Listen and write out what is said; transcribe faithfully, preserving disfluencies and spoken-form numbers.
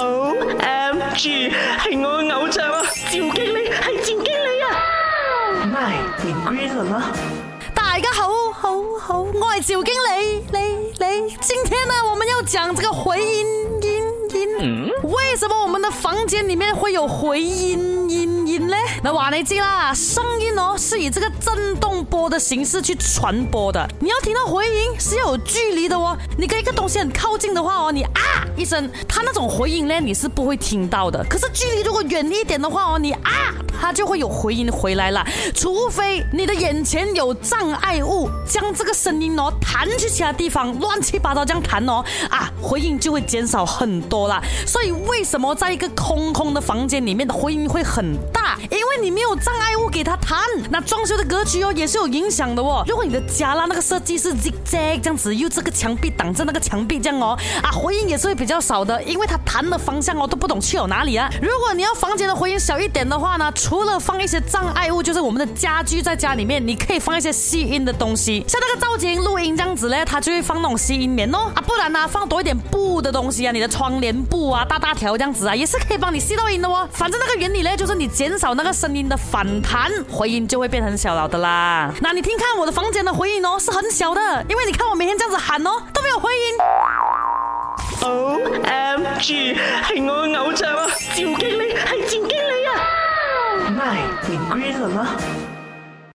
O M G， 係我嘅偶像啊！趙經理係趙經理啊！My， 你 green 了嗎？ 大家好，好，好，我係趙經理，你你，今天呢，我們要講這個回音音音，嗯，為什麼我們的房間裡面會有回音音音呢？那話你知啦，聲音哦是以這個震動波的形式去傳播的，你要聽到回音是要有距離的哦，你跟一個東西很靠近的話哦，你啊一聲，它那種回音呢你是不會聽到的，可是距離如果遠一點的話哦，你啊它就會有回音回來了，除非你的眼前有障礙物，將這個聲音哦彈去其他地方，亂七八糟這樣彈哦，啊，回音就會減少很多啦。所以為什麼在一個空空的房間裡面的回音會很大？因為你沒有障礙物給它彈。那裝修的格局哦也是有影響的哦。如果你的家啦那個設計是 zigzag 這樣子，又這個牆壁擋着那個牆壁這樣哦，啊，回音也是會比較少的，因為它彈的方向哦都不懂去有哪裡啊。如果你要房間的回音小一點的話呢，除了放一些障礙物，就是我們的家具在家裡面，你可以放一些吸音的東西，像那個造景錄音這樣子呢，它就會放那種吸音棉哦，啊，不然呢放多一點布的東西啊，你的窗簾布啊，大大條這樣子啊，也是可以幫你吸到音的哦。反正那個原理呢，就是你減少那個聲音的反彈，回音就會變很小了的啦。那你聽看我的房間的回音哦，是很小的，因為你看我每天這樣子喊哦，都沒有回音。 O M G， 係我嘅偶像啊！趙經理係趙經理啊！My， 你 green 了嗎？